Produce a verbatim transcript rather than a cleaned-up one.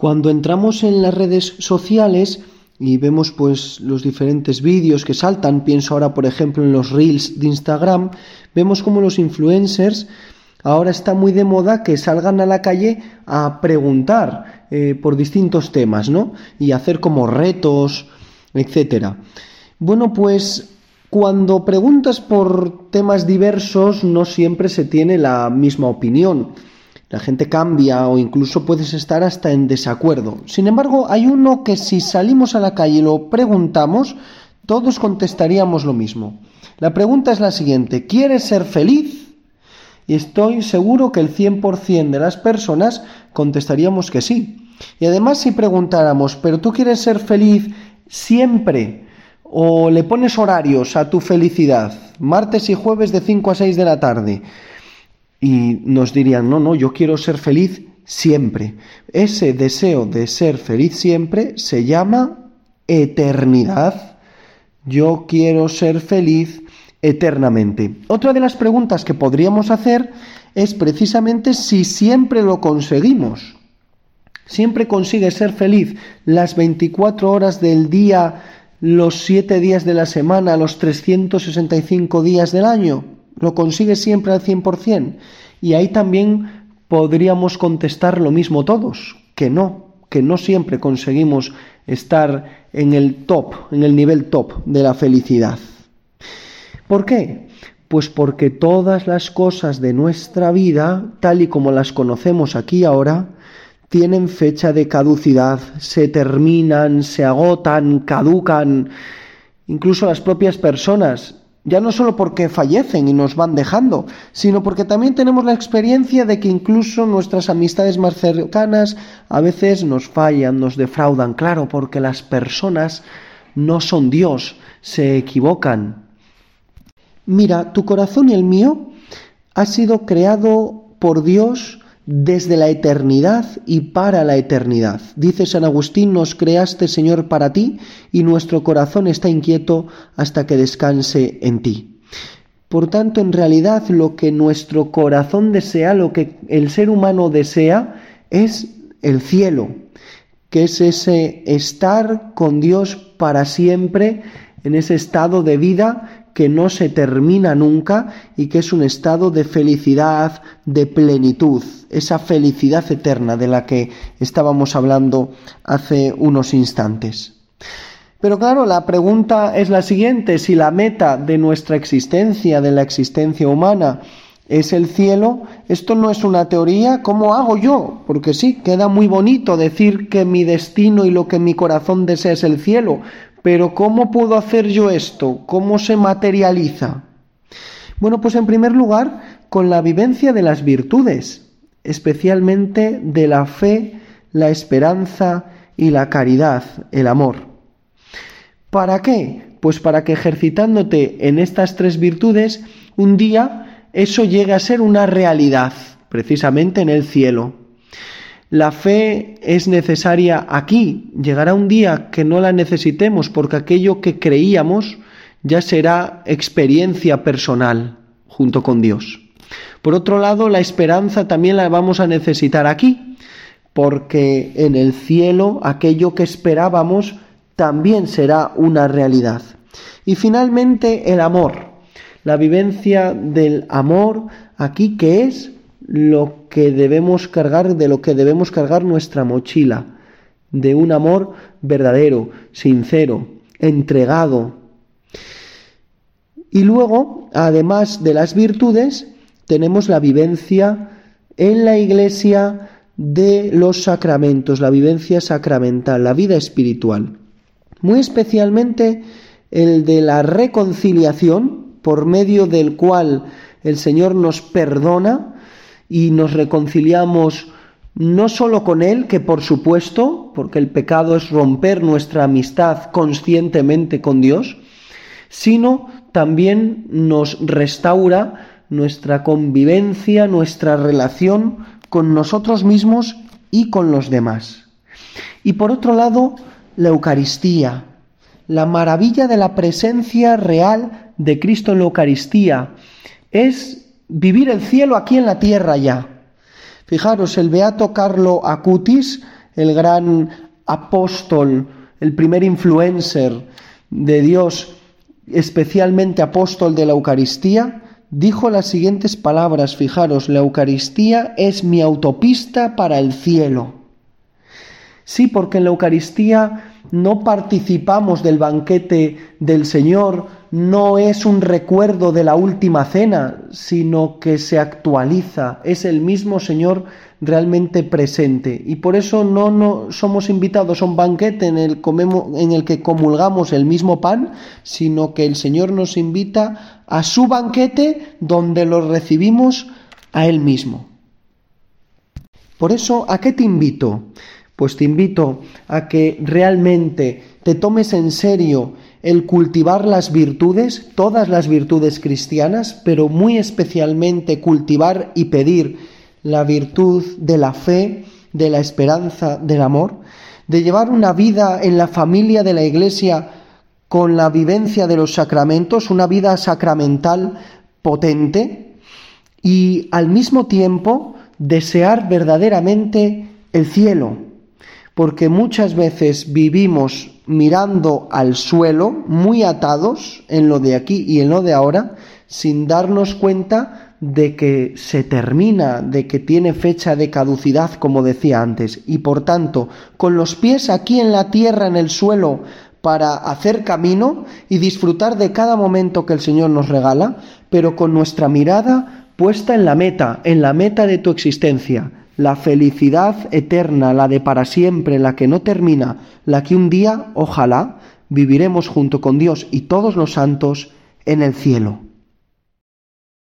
Cuando entramos en las redes sociales y vemos pues los diferentes vídeos que saltan, pienso ahora por ejemplo en los reels de Instagram, vemos como los influencers ahora está muy de moda que salgan a la calle a preguntar eh, por distintos temas, ¿no? Y hacer como retos, etcétera. Bueno, pues cuando preguntas por temas diversos no siempre se tiene la misma opinión. La gente cambia o incluso puedes estar hasta en desacuerdo. Sin embargo, hay uno que si salimos a la calle y lo preguntamos, todos contestaríamos lo mismo. La pregunta es la siguiente: ¿quieres ser feliz? Y estoy seguro que el cien por ciento de las personas contestaríamos que sí. Y además si preguntáramos, ¿pero tú quieres ser feliz siempre? ¿O le pones horarios a tu felicidad? Martes y jueves de cinco a seis de la tarde. Y nos dirían, no, no, yo quiero ser feliz siempre. Ese deseo de ser feliz siempre se llama eternidad. Yo quiero ser feliz eternamente. Otra de las preguntas que podríamos hacer es precisamente si siempre lo conseguimos. ¿Siempre consigues ser feliz las veinticuatro horas del día, los siete días de la semana, los trescientos sesenta y cinco días del año? ¿Lo consigues siempre al cien por ciento? Y ahí también podríamos contestar lo mismo todos, que no, que no siempre conseguimos estar en el top, en el nivel top de la felicidad. ¿Por qué? Pues porque todas las cosas de nuestra vida, tal y como las conocemos aquí ahora, tienen fecha de caducidad, se terminan, se agotan, caducan, incluso las propias personas. Ya no solo porque fallecen y nos van dejando, sino porque también tenemos la experiencia de que incluso nuestras amistades más cercanas a veces nos fallan, nos defraudan. Claro, porque las personas no son Dios, se equivocan. Mira, tu corazón y el mío ha sido creado por Dios desde la eternidad y para la eternidad. Dice San Agustín, nos creaste, Señor, para ti, y nuestro corazón está inquieto hasta que descanse en ti. Por tanto, en realidad, lo que nuestro corazón desea, lo que el ser humano desea, es el cielo, que es ese estar con Dios para siempre, en ese estado de vida que no se termina nunca y que es un estado de felicidad, de plenitud, esa felicidad eterna de la que estábamos hablando hace unos instantes. Pero claro, la pregunta es la siguiente: si la meta de nuestra existencia, de la existencia humana, es el cielo, esto no es una teoría, ¿cómo hago yo? Porque sí, queda muy bonito decir que mi destino y lo que mi corazón desea es el cielo, pero ¿cómo puedo hacer yo esto? ¿Cómo se materializa? Bueno, pues en primer lugar, con la vivencia de las virtudes, especialmente de la fe, la esperanza y la caridad, el amor. ¿Para qué? Pues para que ejercitándote en estas tres virtudes, un día eso llegue a ser una realidad, precisamente en el cielo. La fe es necesaria aquí. Llegará un día que no la necesitemos porque aquello que creíamos ya será experiencia personal junto con Dios. Por otro lado, la esperanza también la vamos a necesitar aquí, porque en el cielo aquello que esperábamos también será una realidad. Y finalmente el amor, la vivencia del amor aquí, que es lo que debemos cargar, de lo que debemos cargar nuestra mochila, de un amor verdadero, sincero, entregado. Y luego, además de las virtudes, tenemos la vivencia en la Iglesia de los sacramentos, la vivencia sacramental, la vida espiritual. Muy especialmente el de la reconciliación, por medio del cual el Señor nos perdona y nos reconciliamos no solo con Él, que por supuesto, porque el pecado es romper nuestra amistad conscientemente con Dios, sino también nos restaura nuestra convivencia, nuestra relación con nosotros mismos y con los demás. Y por otro lado, la Eucaristía, la maravilla de la presencia real de Cristo en la Eucaristía, es vivir el cielo aquí en la tierra ya. Fijaros, el beato Carlo Acutis, el gran apóstol, el primer influencer de Dios, especialmente apóstol de la Eucaristía, dijo las siguientes palabras, fijaros: la Eucaristía es mi autopista para el cielo. Sí, porque en la Eucaristía no participamos del banquete del Señor, no es un recuerdo de la última cena, sino que se actualiza, es el mismo Señor realmente presente. Y por eso no, no somos invitados a un banquete en el, comemos, en el que comulgamos el mismo pan, sino que el Señor nos invita a su banquete donde lo recibimos a Él mismo. Por eso, ¿a qué te invito? Pues te invito a que realmente te tomes en serio el cultivar las virtudes, todas las virtudes cristianas, pero muy especialmente cultivar y pedir la virtud de la fe, de la esperanza, del amor, de llevar una vida en la familia de la Iglesia con la vivencia de los sacramentos, una vida sacramental potente, y al mismo tiempo desear verdaderamente el cielo. Porque muchas veces vivimos mirando al suelo, muy atados en lo de aquí y en lo de ahora, sin darnos cuenta de que se termina, de que tiene fecha de caducidad, como decía antes, y por tanto, con los pies aquí en la tierra, en el suelo, para hacer camino y disfrutar de cada momento que el Señor nos regala, pero con nuestra mirada puesta en la meta, en la meta de tu existencia, la felicidad eterna, la de para siempre, la que no termina, la que un día, ojalá, viviremos junto con Dios y todos los santos en el cielo.